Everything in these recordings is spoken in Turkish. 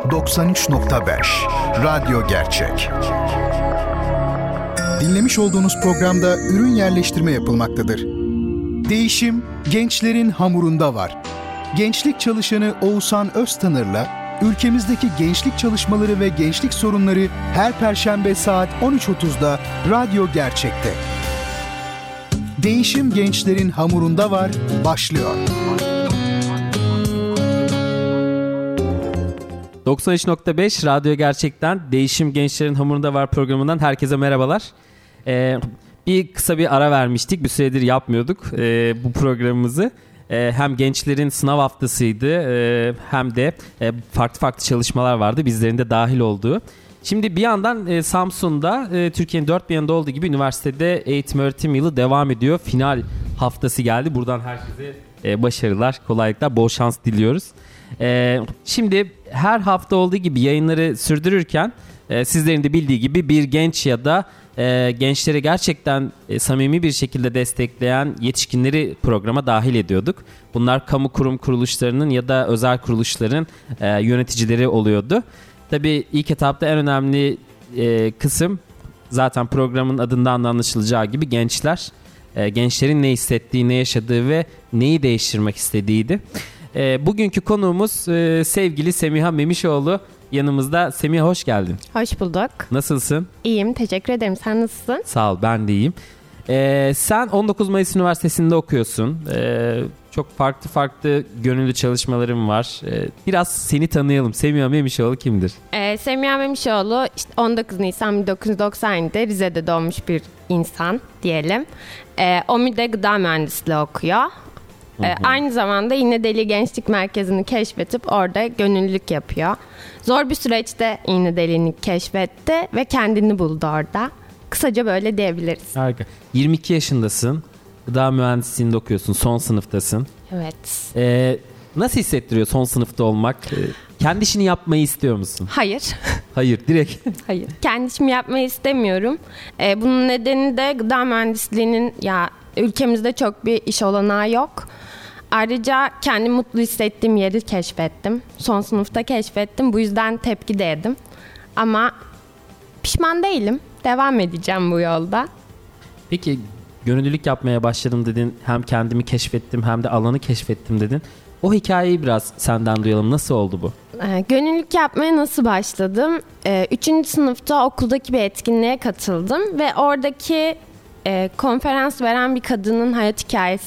93.5 Radyo Gerçek. Dinlemiş olduğunuz programda ürün yerleştirme yapılmaktadır. Değişim gençlerin hamurunda var. Gençlik çalışanı Oğuzhan Öztanır'la ülkemizdeki gençlik çalışmaları ve gençlik sorunları her Perşembe saat 13.30'da Radyo Gerçek'te. Değişim gençlerin hamurunda var başlıyor. 93.5 Radyo Gerçek'ten Değişim Gençlerin Hamurunda Var programından herkese merhabalar. Bir kısa bir ara vermiştik. Bir süredir yapmıyorduk bu programımızı. Hem gençlerin sınav haftasıydı hem de farklı çalışmalar vardı bizlerin de dahil olduğu. Şimdi bir yandan Samsun'da Türkiye'nin dört bir yanında olduğu gibi üniversitede eğitim öğretim yılı devam ediyor. Final haftası geldi. Buradan herkese başarılar, kolaylıklar, bol şans diliyoruz. Şimdi her hafta olduğu gibi yayınları sürdürürken sizlerin de bildiği gibi bir genç ya da gençleri gerçekten samimi bir şekilde destekleyen yetişkinleri programa dahil ediyorduk. Bunlar kamu kurum kuruluşlarının ya da özel kuruluşların yöneticileri oluyordu. Tabii ilk etapta en önemli kısım zaten programın adından da anlaşılacağı gibi gençler. Gençlerin ne hissettiği, ne yaşadığı ve neyi değiştirmek istediğiydi. Bugünkü konuğumuz sevgili Semiha Memişoğlu yanımızda. Semiha hoş geldin. Hoş bulduk. Nasılsın? İyiyim, teşekkür ederim. Sen nasılsın? Sağ ol, ben de iyiyim. Sen 19 Mayıs Üniversitesi'nde okuyorsun. Çok farklı gönüllü çalışmalarım var. Biraz seni tanıyalım. Semiha Memişoğlu kimdir? Semiha Memişoğlu işte 19 Nisan 1997'de Rize'de doğmuş bir insan diyelim. OMÜ'de gıda mühendisliği okuyor. Aynı zamanda İğnedeli Gençlik Merkezi'ni keşfedip orada gönüllülük yapıyor. Zor bir süreçte İğnedeli'ni keşfetti ve kendini buldu orada. Kısaca böyle diyebiliriz. Harika. 22 yaşındasın. Gıda mühendisliğinde okuyorsun. Son sınıftasın. Evet. Nasıl hissettiriyor son sınıfta olmak? Kendi işini yapmayı istiyor musun? Hayır. Hayır, direkt. Hayır. Kendi işimi yapmayı istemiyorum. Bunun nedeni de gıda mühendisliğinin ülkemizde çok bir iş olanağı yok. Ayrıca kendimi mutlu hissettiğim yeri keşfettim. Son sınıfta keşfettim. Bu yüzden tepki de yedim. Ama pişman değilim. Devam edeceğim bu yolda. Peki gönüllülük yapmaya başladım dedin. Hem kendimi keşfettim hem de alanı keşfettim dedin. O hikayeyi biraz senden duyalım. Nasıl oldu bu? Gönüllülük yapmaya nasıl başladım? 3. sınıfta okuldaki bir etkinliğe katıldım. Ve oradaki konferans veren bir kadının hayat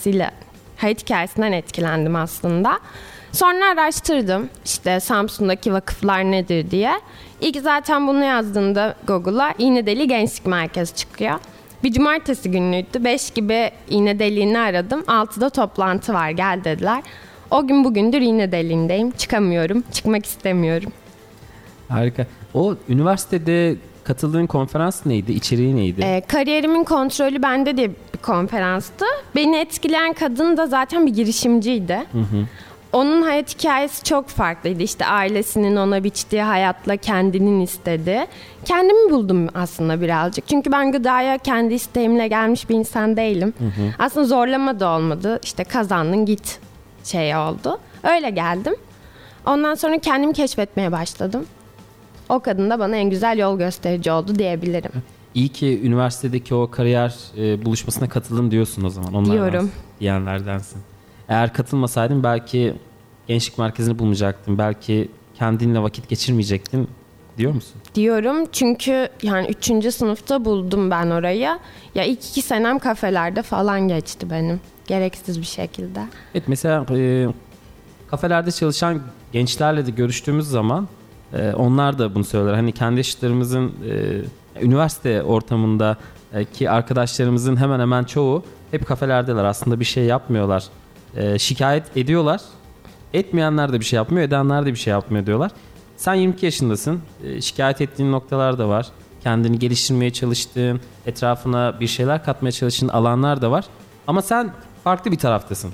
hikayesinden etkilendim aslında. Sonra araştırdım işte Samsun'daki vakıflar nedir diye. İlk zaten bunu yazdığımda Google'a İğnedeli Gençlik Merkezi çıkıyor. Bir cumartesi günüydü. 5 gibi İğnedeli'ni aradım. 6'da toplantı var, gel dediler. O gün bugündür İğnedeli'ndeyim. Çıkamıyorum, çıkmak istemiyorum. Harika. O üniversitede katıldığın konferans neydi? İçeriği neydi? Kariyerimin kontrolü bende diye bir konferanstı. Beni etkileyen kadın da zaten bir girişimciydi. Hı. Onun hayat hikayesi çok farklıydı. İşte ailesinin ona biçtiği hayatla kendinin istediği. Kendimi buldum aslında birazcık. Çünkü ben gıdaya kendi isteğimle gelmiş bir insan değilim. Hı. Aslında zorlama da olmadı. İşte kazandın git oldu. Öyle geldim. Ondan sonra kendimi keşfetmeye başladım. O kadın da bana en güzel yol gösterici oldu diyebilirim. İyi ki üniversitedeki o kariyer buluşmasına katıldım diyorsun o zaman. Diyorum. Diyenlerdensin. Eğer katılmasaydın belki gençlik merkezini bulmayacaktın. Belki kendinle vakit geçirmeyecektin diyor musun? Diyorum çünkü 3. sınıfta buldum ben orayı. Ya ilk 2 senem kafelerde falan geçti benim. Gereksiz bir şekilde. Evet, mesela kafelerde çalışan gençlerle de görüştüğümüz zaman onlar da bunu söyler. Hani kendi yaşıtlarımızın üniversite ortamında ki arkadaşlarımızın hemen hemen çoğu hep kafelerdeler. Aslında bir şey yapmıyorlar. Şikayet ediyorlar. Etmeyenler de bir şey yapmıyor, edenler de bir şey yapmıyor diyorlar. Sen 22 yaşındasın. Şikayet ettiğin noktalar da var. Kendini geliştirmeye çalıştığın, etrafına bir şeyler katmaya çalıştığın alanlar da var. Ama sen farklı bir taraftasın.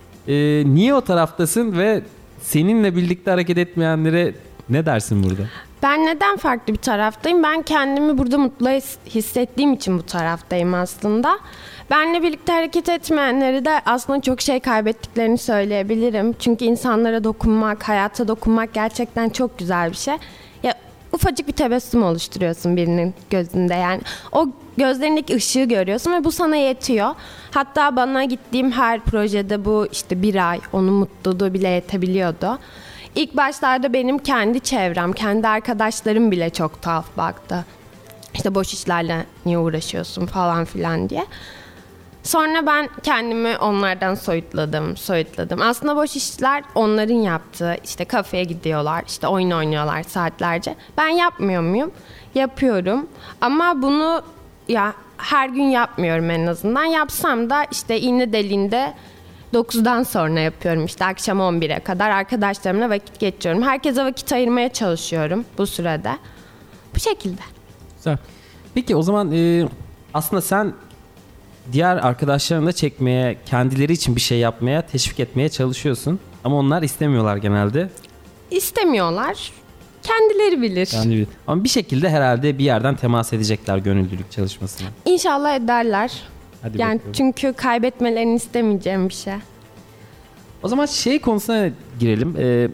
Niye o taraftasın ve seninle birlikte hareket etmeyenlere ne dersin burada? Ben neden farklı bir taraftayım? Ben kendimi burada mutlu hissettiğim için bu taraftayım aslında. Benle birlikte hareket etmeyenleri de aslında çok şey kaybettiklerini söyleyebilirim. Çünkü insanlara dokunmak, hayata dokunmak gerçekten çok güzel bir şey. Ya ufacık bir tebessüm oluşturuyorsun birinin gözünde, yani o gözlerindeki ışığı görüyorsun ve bu sana yetiyor. Hatta bana gittiğim her projede bu işte bir ay onun mutluluğu bile yetebiliyordu. İlk başlarda benim kendi çevrem, kendi arkadaşlarım bile çok tuhaf baktı. İşte boş işlerle niye uğraşıyorsun falan filan diye. Sonra ben kendimi onlardan soyutladım. Aslında boş işler onların yaptığı. İşte kafeye gidiyorlar, işte oyun oynuyorlar saatlerce. Ben yapmıyor muyum? Yapıyorum. Ama bunu ya her gün yapmıyorum en azından. Yapsam da işte iğne deliğinde 9'dan sonra yapıyorum. İşte akşam 11'e kadar arkadaşlarımla vakit geçiriyorum. Herkese vakit ayırmaya çalışıyorum bu sürede. Bu şekilde. Güzel. Peki o zaman aslında sen diğer arkadaşlarını da çekmeye, kendileri için bir şey yapmaya, teşvik etmeye çalışıyorsun. Ama onlar istemiyorlar genelde. İstemiyorlar. Kendileri bilir. Ama bir şekilde herhalde bir yerden temas edecekler gönüllülük çalışmasına. İnşallah ederler. Hadi yani bakalım. çünkü kaybetmelerini istemeyeceğim bir şey. O zaman şey konusuna girelim.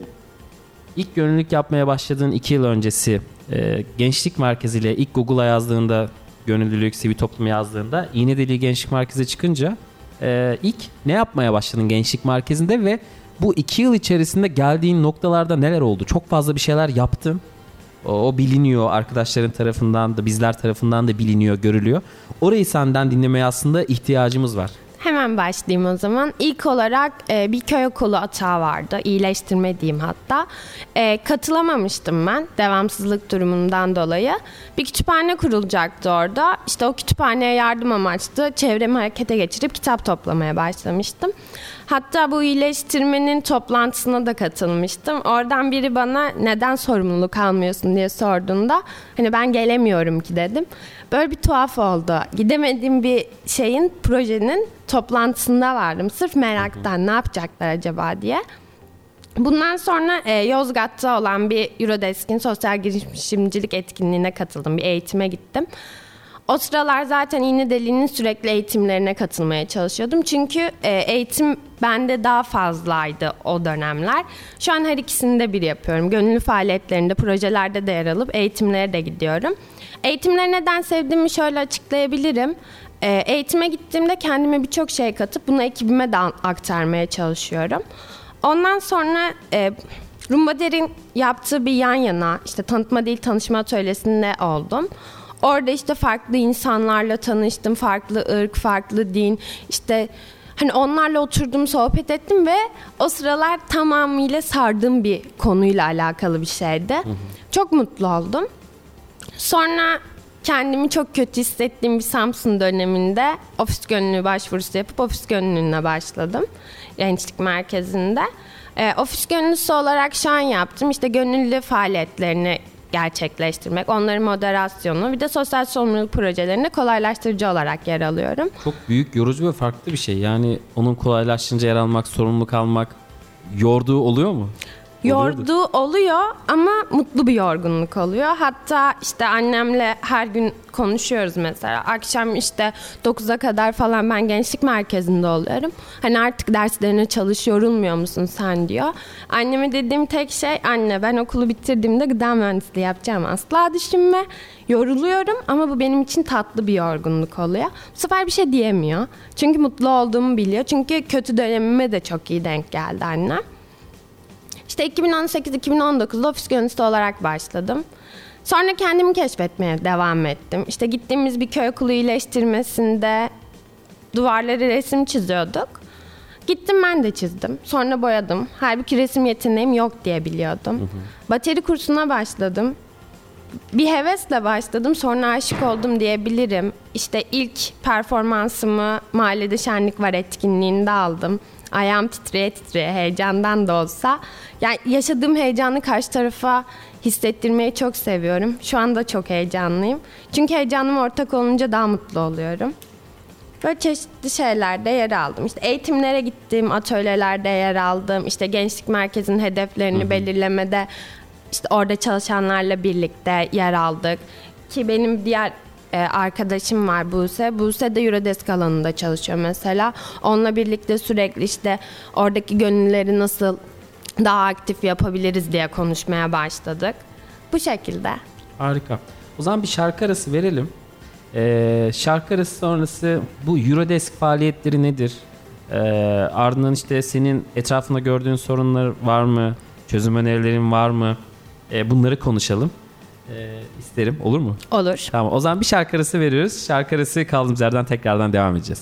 İlk gönüllülük yapmaya başladığın 2 yıl öncesi Gençlik Merkezi ile ilk Google'a yazdığında, gönüllülük, sivil toplum yazdığında İğnedeliği Gençlik Merkezi çıkınca ilk ne yapmaya başladın Gençlik Merkezi'nde ve bu 2 yıl içerisinde geldiğin noktalarda neler oldu? Çok fazla bir şeyler yaptın. O biliniyor, arkadaşların tarafından da bizler tarafından da biliniyor, görülüyor. Orayı senden dinlemeye aslında ihtiyacımız var. Hemen başlayayım o zaman. İlk olarak bir köy okulu atağı vardı. İyileştirme diyeyim hatta. Katılamamıştım ben devamsızlık durumundan dolayı. Bir kütüphane kurulacaktı orada. İşte o kütüphaneye yardım amaçlı çevremi harekete geçirip kitap toplamaya başlamıştım. Hatta bu iyileştirmenin toplantısına da katılmıştım. Oradan biri bana neden sorumluluk almıyorsun diye sorduğunda hani ben gelemiyorum ki dedim. Böyle bir tuhaf oldu. Gidemediğim bir projenin toplantısında vardım. Sırf meraktan ne yapacaklar acaba diye. Bundan sonra Yozgat'ta olan bir Eurodesk'in sosyal girişimcilik etkinliğine katıldım. Bir eğitime gittim. O sıralar zaten İğnedeliğinin sürekli eğitimlerine katılmaya çalışıyordum. Çünkü eğitim bende daha fazlaydı o dönemler. Şu an her ikisini de bir yapıyorum. Gönüllü faaliyetlerinde, projelerde de yer alıp eğitimlere de gidiyorum. Eğitimleri neden sevdiğimi şöyle açıklayabilirim. Eğitime gittiğimde kendime birçok şey katıp bunu ekibime de aktarmaya çalışıyorum. Ondan sonra Rumbader'in yaptığı bir yan yana işte tanıtma değil tanışma atölyesinde oldum. Orada işte farklı insanlarla tanıştım. Farklı ırk, farklı din. İşte hani onlarla oturdum, sohbet ettim ve o sıralar tamamıyla sardığım bir konuyla alakalı bir şeydi. Çok mutlu oldum. Sonra kendimi çok kötü hissettiğim bir Samsun döneminde ofis gönüllü başvurusu yapıp ofis gönüllülüğüne başladım. Gençlik Merkezi'nde. Ofis gönüllüsü olarak şu an yaptım. İşte gönüllü faaliyetlerini gerçekleştirmek, onların moderasyonu, bir de sosyal sorumluluk projelerinde kolaylaştırıcı olarak yer alıyorum. Çok büyük, yorucu ve farklı bir şey. Yani onun kolaylaştırınca yer almak, sorumluluk almak yorduğu oluyor mu? Yorduğu oluyor ama mutlu bir yorgunluk oluyor. Hatta işte annemle her gün konuşuyoruz mesela. Akşam işte 9'a kadar falan ben gençlik merkezinde oluyorum. Hani artık derslerine çalış, yorulmuyor musun sen diyor. Anneme dediğim tek şey, anne ben okulu bitirdiğimde gıda mühendisliği yapacağım. Asla düşünme. Yoruluyorum ama bu benim için tatlı bir yorgunluk oluyor. Bu sefer bir şey diyemiyor. Çünkü mutlu olduğumu biliyor. Çünkü kötü dönemime de çok iyi denk geldi annem. İşte 2018-2019'da ofis gönüllüsü olarak başladım. Sonra kendimi keşfetmeye devam ettim. İşte gittiğimiz bir köy okulu iyileştirmesinde duvarlara resim çiziyorduk. Gittim ben de çizdim. Sonra boyadım. Halbuki resim yeteneğim yok diye biliyordum. Bateri kursuna başladım. Bir hevesle başladım. Sonra aşık oldum diyebilirim. İşte ilk performansımı Mahallede Şenlik Var etkinliğinde aldım. Ayağım titreye titreye heyecandan da olsa. Yani yaşadığım heyecanı karşı tarafa hissettirmeyi çok seviyorum. Şu anda çok heyecanlıyım. Çünkü heyecanım ortak olunca daha mutlu oluyorum. Böyle çeşitli şeylerde yer aldım. İşte eğitimlere gittim, atölyelerde yer aldım. İşte gençlik merkezinin hedeflerini belirlemede işte orada çalışanlarla birlikte yer aldık. Ki benim diğer arkadaşım var Buse. Buse de Eurodesk alanında çalışıyor mesela. Onunla birlikte sürekli işte oradaki gönülleri nasıl daha aktif yapabiliriz diye konuşmaya başladık. Bu şekilde. Harika. O zaman bir şarkı arası verelim. Şarkı arası sonrası bu Eurodesk faaliyetleri nedir? Ardından işte senin etrafında gördüğün sorunlar var mı? Çözüm önerilerin var mı? Bunları konuşalım. İsterim. Olur mu? Olur. Tamam. O zaman bir şarkı arası veriyoruz. Şarkı arası kaldığımız yerden tekrardan devam edeceğiz.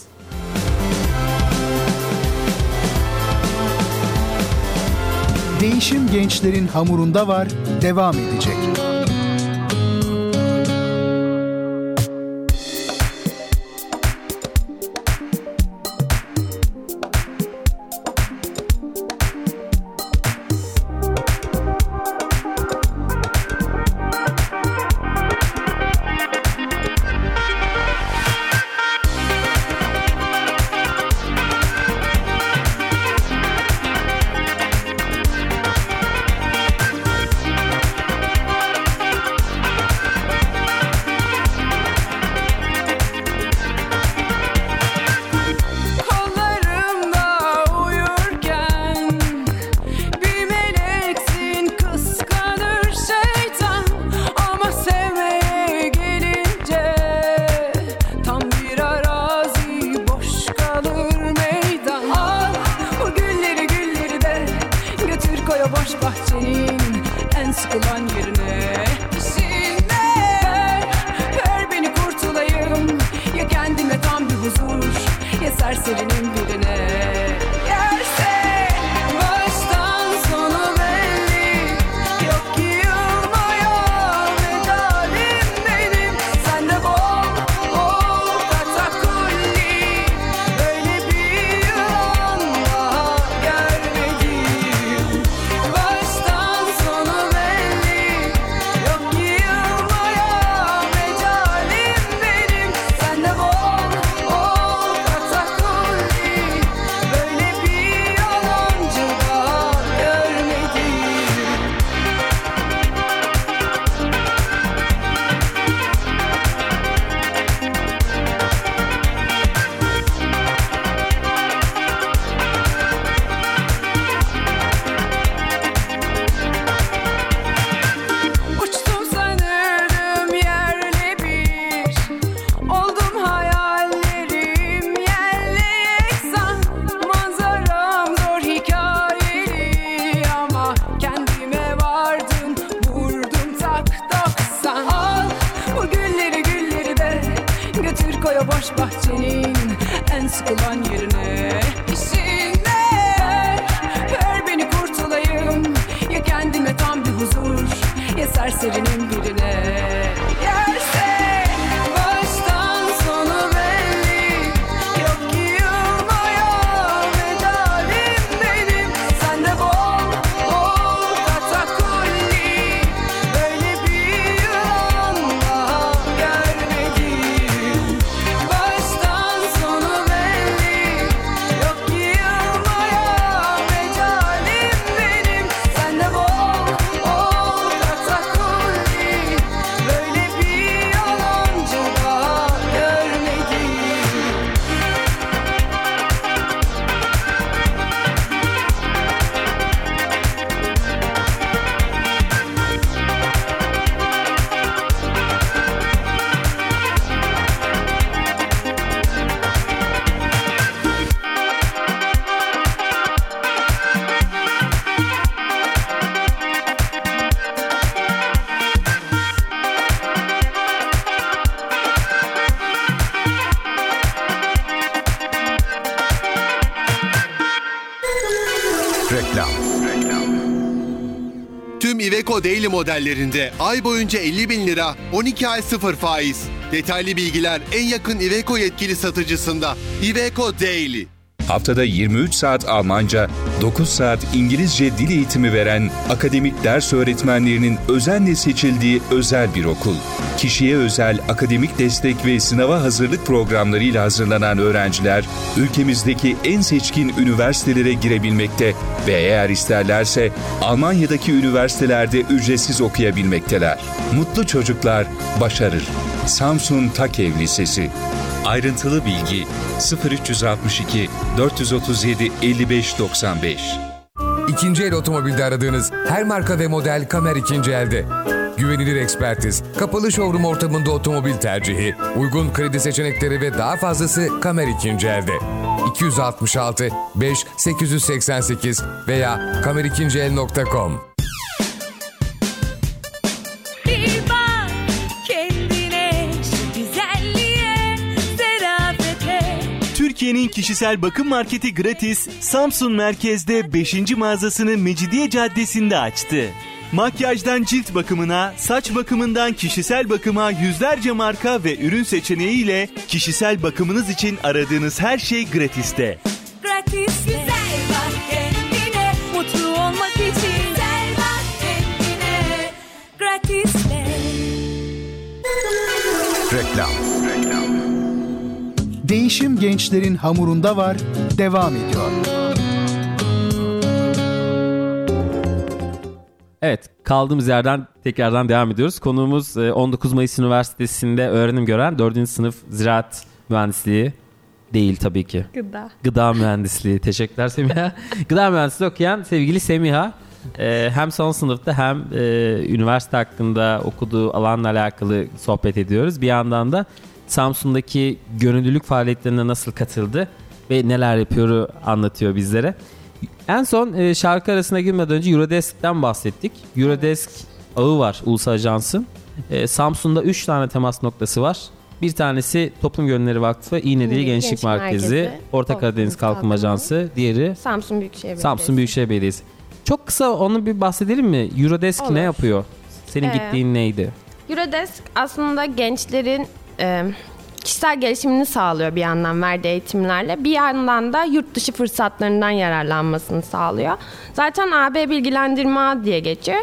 Değişim gençlerin hamurunda var, devam edecek. Tüm Iveco Daily modellerinde ay boyunca 50.000 lira, 12 ay 0 faiz. Detaylı bilgiler en yakın Iveco yetkili satıcısında. Iveco Daily. haftada 23 saat Almanca, 9 saat İngilizce dil eğitimi veren akademik ders öğretmenlerinin özenle seçildiği özel bir okul. Kişiye özel akademik destek ve sınava hazırlık programlarıyla hazırlanan öğrenciler, ülkemizdeki en seçkin üniversitelere girebilmekte ve eğer isterlerse Almanya'daki üniversitelerde ücretsiz okuyabilmekteler. Mutlu çocuklar başarır. Samsun TAKEV Lisesi. Ayrıntılı bilgi 0362 437 55 95. İkinci el otomobilde aradığınız her marka ve model Kamer İkinci El'de. Güvenilir ekspertiz, kapalı showroom ortamında otomobil tercihi, uygun kredi seçenekleri ve daha fazlası Kamer İkinci El'de. 266 5 888 veya kamerikinciel.com. Türkiye'nin kişisel bakım marketi Gratis, Samsun merkezde 5. mağazasını Mecidiye Caddesi'nde açtı. Makyajdan cilt bakımına, saç bakımından kişisel bakıma yüzlerce marka ve ürün seçeneğiyle kişisel bakımınız için aradığınız her şey Gratis'te. Gratis, güzel bak kendine, mutlu olmak için güzel bak kendine, Gratis'te. Reklam. Değişim gençlerin hamurunda var, devam ediyor. Evet, kaldığımız yerden tekrardan devam ediyoruz. Konuğumuz 19 Mayıs Üniversitesi'nde öğrenim gören 4. sınıf ziraat mühendisliği değil tabii ki. Gıda mühendisliği. Teşekkürler Semiha. Gıda mühendisliği okuyan sevgili Semiha. Hem son sınıfta hem üniversite hakkında okuduğu alanla alakalı sohbet ediyoruz. Bir yandan da Samsun'daki gönüllülük faaliyetlerine nasıl katıldı ve neler yapıyor anlatıyor bizlere. En son şarkı arasına girmeden önce Eurodesk'ten bahsettik. Eurodesk ağı var Ulusal Ajans'ın. Samsun'da 3 tane temas noktası var. Bir tanesi Toplum Gönülleri Vakfı, İğnedili Gençlik Merkezi, Orta Karadeniz Kalkınma Ajansı, diğeri Samsun Büyükşehir Belediyesi. Samsun Büyükşehir Belediyesi. Çok kısa onu bir bahsedelim mi? Eurodesk Olur. ne yapıyor? Senin gittiğin neydi? Eurodesk aslında gençlerin kişisel gelişimini sağlıyor bir yandan verdiği eğitimlerle. Bir yandan da yurt dışı fırsatlarından yararlanmasını sağlıyor. Zaten AB bilgilendirme ağı diye geçiyor.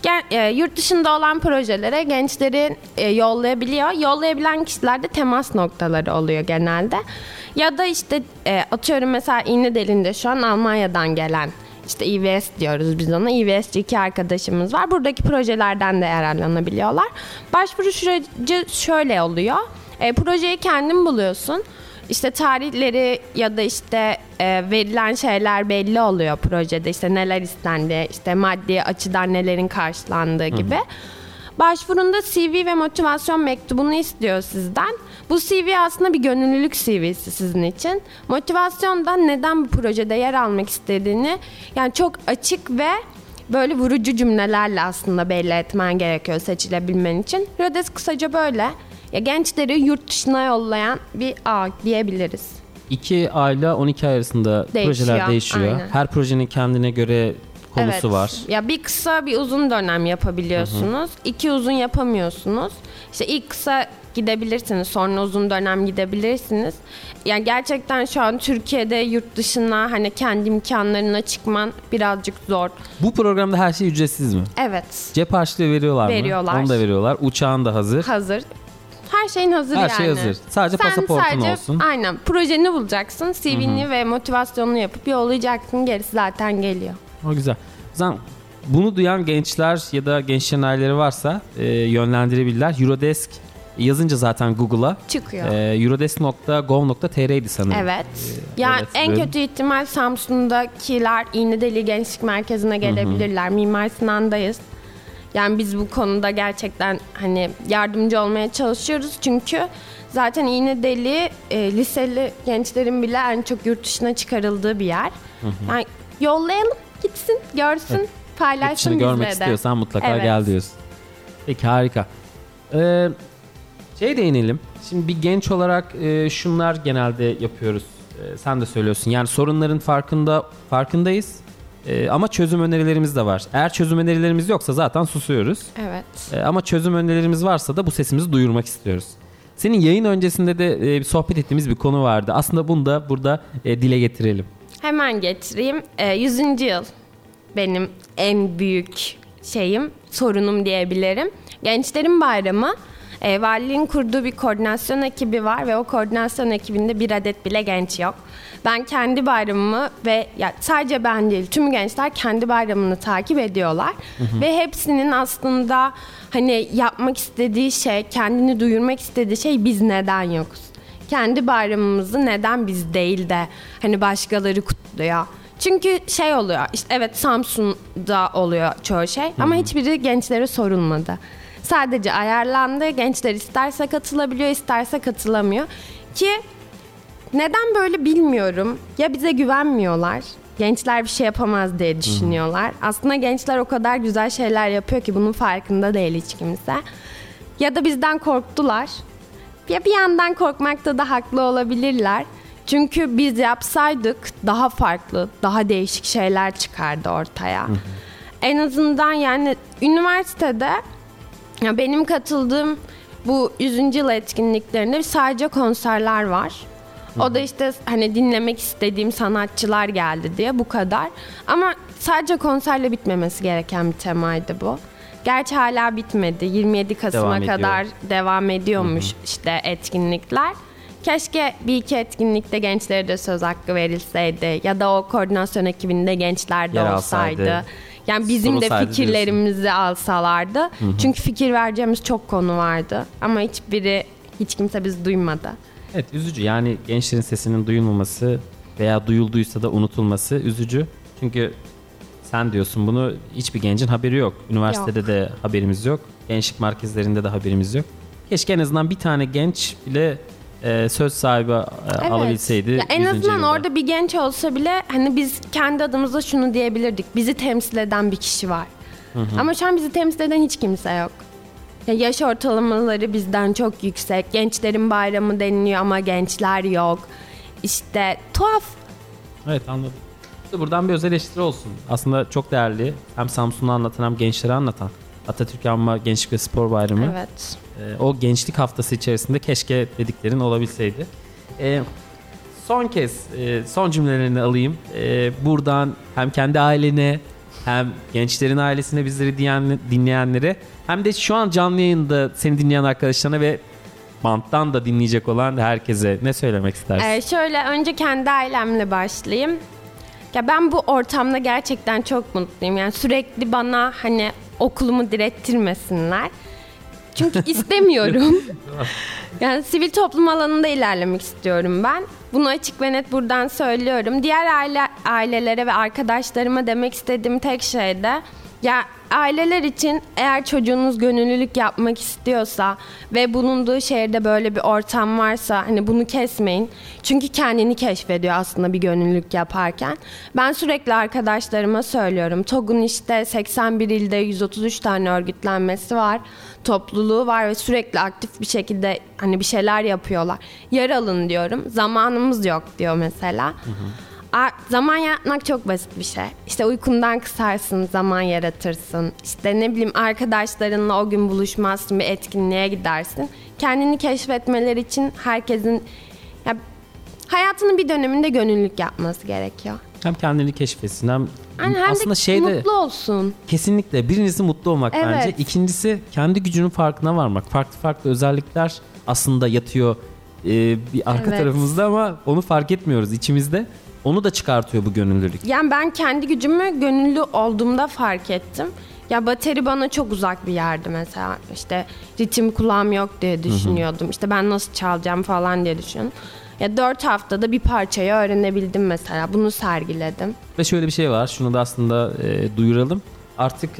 Yurt dışında olan projelere gençleri yollayabiliyor. Yollayabilen kişiler de temas noktaları oluyor genelde. Ya da işte atıyorum mesela İğnedelin'de şu an Almanya'dan gelen İşte İVS diyoruz biz ona. İVS'ci 2 arkadaşımız var. Buradaki projelerden de yararlanabiliyorlar. Başvuru süreci şöyle oluyor. Projeyi kendin buluyorsun. İşte tarihleri ya da işte verilen şeyler belli oluyor projede. İşte neler istendi, işte maddi açıdan nelerin karşılandığı gibi. Başvurunda CV ve motivasyon mektubunu istiyor sizden. Bu CV aslında bir gönüllülük CV'si sizin için. Motivasyon da neden bu projede yer almak istediğini yani çok açık ve böyle vurucu cümlelerle aslında belli etmen gerekiyor seçilebilmen için. Eurodesk kısaca böyle. Ya gençleri yurt dışına yollayan bir ağ diyebiliriz. 2 ayla 12 ay arasında projeler değişiyor. Aynen. Her projenin kendine göre konusu var. Ya bir kısa bir uzun dönem yapabiliyorsunuz. 2 uzun yapamıyorsunuz. İşte ilk kısa gidebilirsiniz, sonra uzun dönem gidebilirsiniz. Yani gerçekten şu an Türkiye'de yurt dışına hani kendi imkanlarına çıkman birazcık zor. Bu programda her şey ücretsiz mi? Evet. Cep harçlığı veriyorlar mı? Veriyorlar. Onu da veriyorlar. Uçağın da hazır. Hazır. Her şeyin hazır yani. Her şey hazır. Sadece pasaportun olsun. Aynen. Projeni bulacaksın. CV'ni ve motivasyonunu yapıp yollayacaksın. Gerisi zaten geliyor. O güzel. O zaman bunu duyan gençler ya da gençlerin aileleri varsa yönlendirebilirler. Eurodesk yazınca zaten Google'a çıkıyor. Eurodesk.gov.tr'ydi sanırım. Evet. Yani en kötü ihtimal Samsun'dakiler İğnedeli Gençlik Merkezi'ne gelebilirler. Mimar Sinan'dayız. Yani biz bu konuda gerçekten hani yardımcı olmaya çalışıyoruz. Çünkü zaten İğnedeli liseli gençlerin bile en çok yurt dışına çıkarıldığı bir yer. Yani yollayalım, gitsin, görsün, paylaşsın bizle de. Görmek istiyorsan mutlaka gel diyorsun. Peki harika. Değinelim. Şimdi bir genç olarak şunlar genelde yapıyoruz. Sen de söylüyorsun. Yani sorunların farkındayız. Ama çözüm önerilerimiz de var. Eğer çözüm önerilerimiz yoksa zaten susuyoruz. Evet. Ama çözüm önerilerimiz varsa da bu sesimizi duyurmak istiyoruz. Senin yayın öncesinde de bir sohbet ettiğimiz bir konu vardı. Aslında bunu da burada dile getirelim. Hemen getireyim. 100. yıl benim en büyük sorunum diyebilirim. Gençlerin Bayramı. Valiliğin kurduğu bir koordinasyon ekibi var ve o koordinasyon ekibinde bir adet bile genç yok. Ben kendi bayramımı ve sadece ben değil tüm gençler kendi bayramını takip ediyorlar. Ve hepsinin aslında hani yapmak istediği şey, kendini duyurmak istediği şey biz neden yokuz? Kendi bayramımızı neden biz değil de hani başkaları kutluyor? Çünkü oluyor işte evet Samsun'da oluyor çoğu şey ama hiçbiri gençlere sorulmadı. Sadece ayarlandı. Gençler isterse katılabiliyor, isterse katılamıyor. Ki neden böyle bilmiyorum. Ya bize güvenmiyorlar. Gençler bir şey yapamaz diye düşünüyorlar. Aslında gençler o kadar güzel şeyler yapıyor ki bunun farkında değil hiç kimse. Ya da bizden korktular. Ya bir yandan korkmakta da haklı olabilirler. Çünkü biz yapsaydık daha farklı, daha değişik şeyler çıkardı ortaya. En azından yani üniversitede ya benim katıldığım bu 100. yıl etkinliklerinde sadece konserler var. O da işte hani dinlemek istediğim sanatçılar geldi diye bu kadar. Ama sadece konserle bitmemesi gereken bir temaydı bu. Gerçi hala bitmedi. 27 Kasım'a kadar devam ediyormuş işte etkinlikler. Keşke bir iki etkinlikte gençlere de söz hakkı verilseydi. Ya da o koordinasyon ekibinde gençler de olsaydı. Yani bizim de fikirlerimizi alsalardı. Çünkü fikir vereceğimiz çok konu vardı. Ama hiç kimse bizi duymadı. Evet, üzücü. Yani gençlerin sesinin duyulmaması veya duyulduysa da unutulması üzücü. Çünkü sen diyorsun bunu, hiçbir gencin haberi yok. Üniversitede de haberimiz yok. Gençlik merkezlerinde de haberimiz yok. Keşke en azından bir tane genç bile söz sahibi alabilseydi. Ya en azından orada bir genç olsa bile hani biz kendi adımıza şunu diyebilirdik. Bizi temsil eden bir kişi var. Ama şu an bizi temsil eden hiç kimse yok. Ya yaş ortalamaları bizden çok yüksek. Gençlerin bayramı deniliyor ama gençler yok. İşte tuhaf. Evet, anladım. Buradan bir özel eleştiri olsun. Aslında çok değerli. Hem Samsun'u anlatan hem gençleri anlatan Atatürk Anma Gençlik ve Spor Bayramı. Evet. O gençlik haftası içerisinde keşke dediklerin olabilseydi. Son cümlelerini alayım. Buradan hem kendi ailene hem gençlerin ailesine, bizleri dinleyenlere, hem de şu an canlı yayında seni dinleyen arkadaşlarına ve banttan da dinleyecek olan herkese ne söylemek istersin? Şöyle önce kendi ailemle başlayayım. Ya ben bu ortamda gerçekten çok mutluyum. Yani sürekli bana hani okulumu direttirmesinler. Çünkü istemiyorum. Yani sivil toplum alanında ilerlemek istiyorum ben. Bunu açık ve net buradan söylüyorum. Diğer ailelere ve arkadaşlarıma demek istediğim tek şey de ya aileler için eğer çocuğunuz gönüllülük yapmak istiyorsa ve bulunduğu şehirde böyle bir ortam varsa hani bunu kesmeyin. Çünkü kendini keşfediyor aslında bir gönüllülük yaparken. Ben sürekli arkadaşlarıma söylüyorum. TOG'un işte 81 ilde 133 tane örgütlenmesi var. Topluluğu var ve sürekli aktif bir şekilde hani bir şeyler yapıyorlar. Yer alın diyorum. Zamanımız yok diyor mesela. Zaman yaratmak çok basit bir şey. İşte uykundan kısarsın, zaman yaratırsın. İşte ne bileyim arkadaşlarınla o gün buluşmazsın, bir etkinliğe gidersin. Kendini keşfetmeler için herkesin ya, hayatının bir döneminde gönüllülük yapması gerekiyor. Hem kendini keşfetsin hem aslında mutlu olsun. Kesinlikle. Birincisi mutlu olmak bence. İkincisi kendi gücünün farkına varmak. Farklı özellikler aslında yatıyor bir arka tarafımızda ama onu fark etmiyoruz içimizde. Onu da çıkartıyor bu gönüllülük. Yani ben kendi gücümü gönüllü olduğumda fark ettim. Ya bateri bana çok uzak bir yerdi mesela. İşte ritim kulağım yok diye düşünüyordum. İşte ben nasıl çalacağım falan diye düşünüyordum. Ya 4 haftada bir parçayı öğrenebildim mesela. Bunu sergiledim. Ve şöyle bir şey var. Şunu da aslında duyuralım. Artık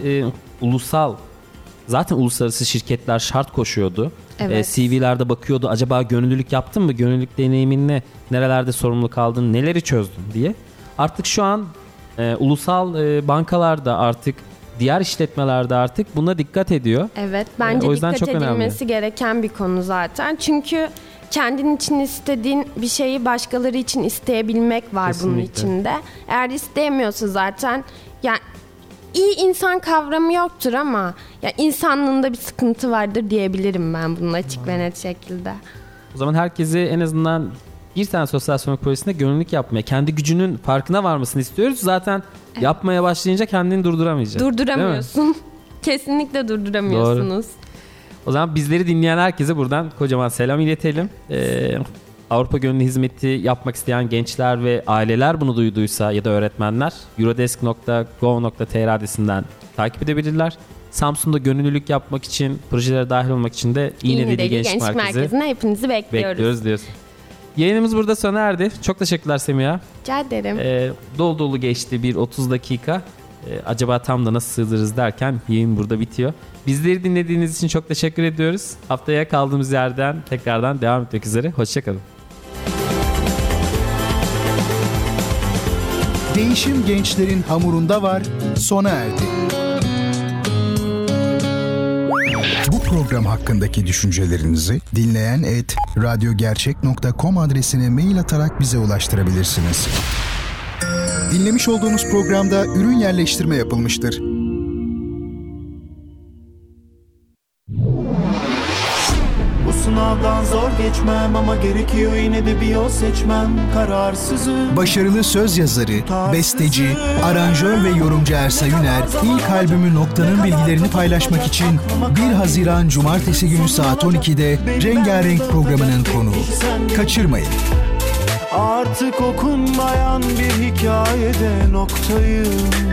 zaten uluslararası şirketler şart koşuyordu. Evet. CV'lerde bakıyordu. Acaba gönüllülük yaptın mı? Gönüllülük deneyimin ne? Nerelerde sorumluluk aldın? Neleri çözdün diye. Artık şu an ulusal bankalarda artık diğer işletmelerde artık buna dikkat ediyor. Evet, bence dikkat edilmesi gereken bir konu zaten. Çünkü kendin için istediğin bir şeyi başkaları için isteyebilmek var. Kesinlikle. Bunun içinde. Eğer isteyemiyorsa zaten yani iyi insan kavramı yoktur ama ya insanlığında bir sıkıntı vardır diyebilirim ben bunun açık ve net şekilde. O zaman herkesi en azından bir tane sosyal sorumluluk projesinde gönüllülük yapmaya, kendi gücünün farkına varmasını istiyoruz. Zaten yapmaya başlayınca kendini durduramayacaksın. Durduramıyorsun. Kesinlikle durduramıyorsunuz. Doğru. O zaman bizleri dinleyen herkese buradan kocaman selam iletelim. Avrupa Gönüllü Hizmeti yapmak isteyen gençler ve aileler bunu duyduysa ya da öğretmenler eurodesk.go.tr adresinden takip edebilirler. Samsun'da gönüllülük yapmak için, projelere dahil olmak için de İğnedeli Gençlik Merkezi'ne hepinizi bekliyoruz. Diyoruz. Yayınımız burada sona erdi. Çok teşekkürler Semiha. Rica ederim. Dolu dolu geçti bir 30 dakika. Acaba tam da nasıl sığdırırız derken yayın burada bitiyor. Bizleri dinlediğiniz için çok teşekkür ediyoruz. Haftaya kaldığımız yerden tekrardan devam etmek üzere. Hoşçakalın. Değişim gençlerin hamurunda var, sona erdi. Bu program hakkındaki düşüncelerinizi dinleyen@radyogercek.com adresine mail atarak bize ulaştırabilirsiniz. Dinlemiş olduğunuz programda ürün yerleştirme yapılmıştır. Bu sınavdan zor geçmem ama gerekiyor yine de bir yol seçmem. Kararsızım. Başarılı söz yazarı, besteci, aranjör ve yorumcu Ersa Yüner ilk albümü Nokta'nın bilgilerini paylaşmak için 1 Haziran Cumartesi günü saat 12'de Rengarenk programının konuğu. Kaçırmayın. Artık okunmayan bir hikayede noktayım.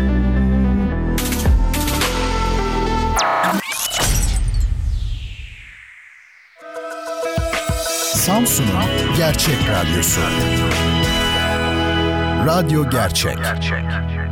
Samsun'un Gerçek Radyosu. Radyo Gerçek.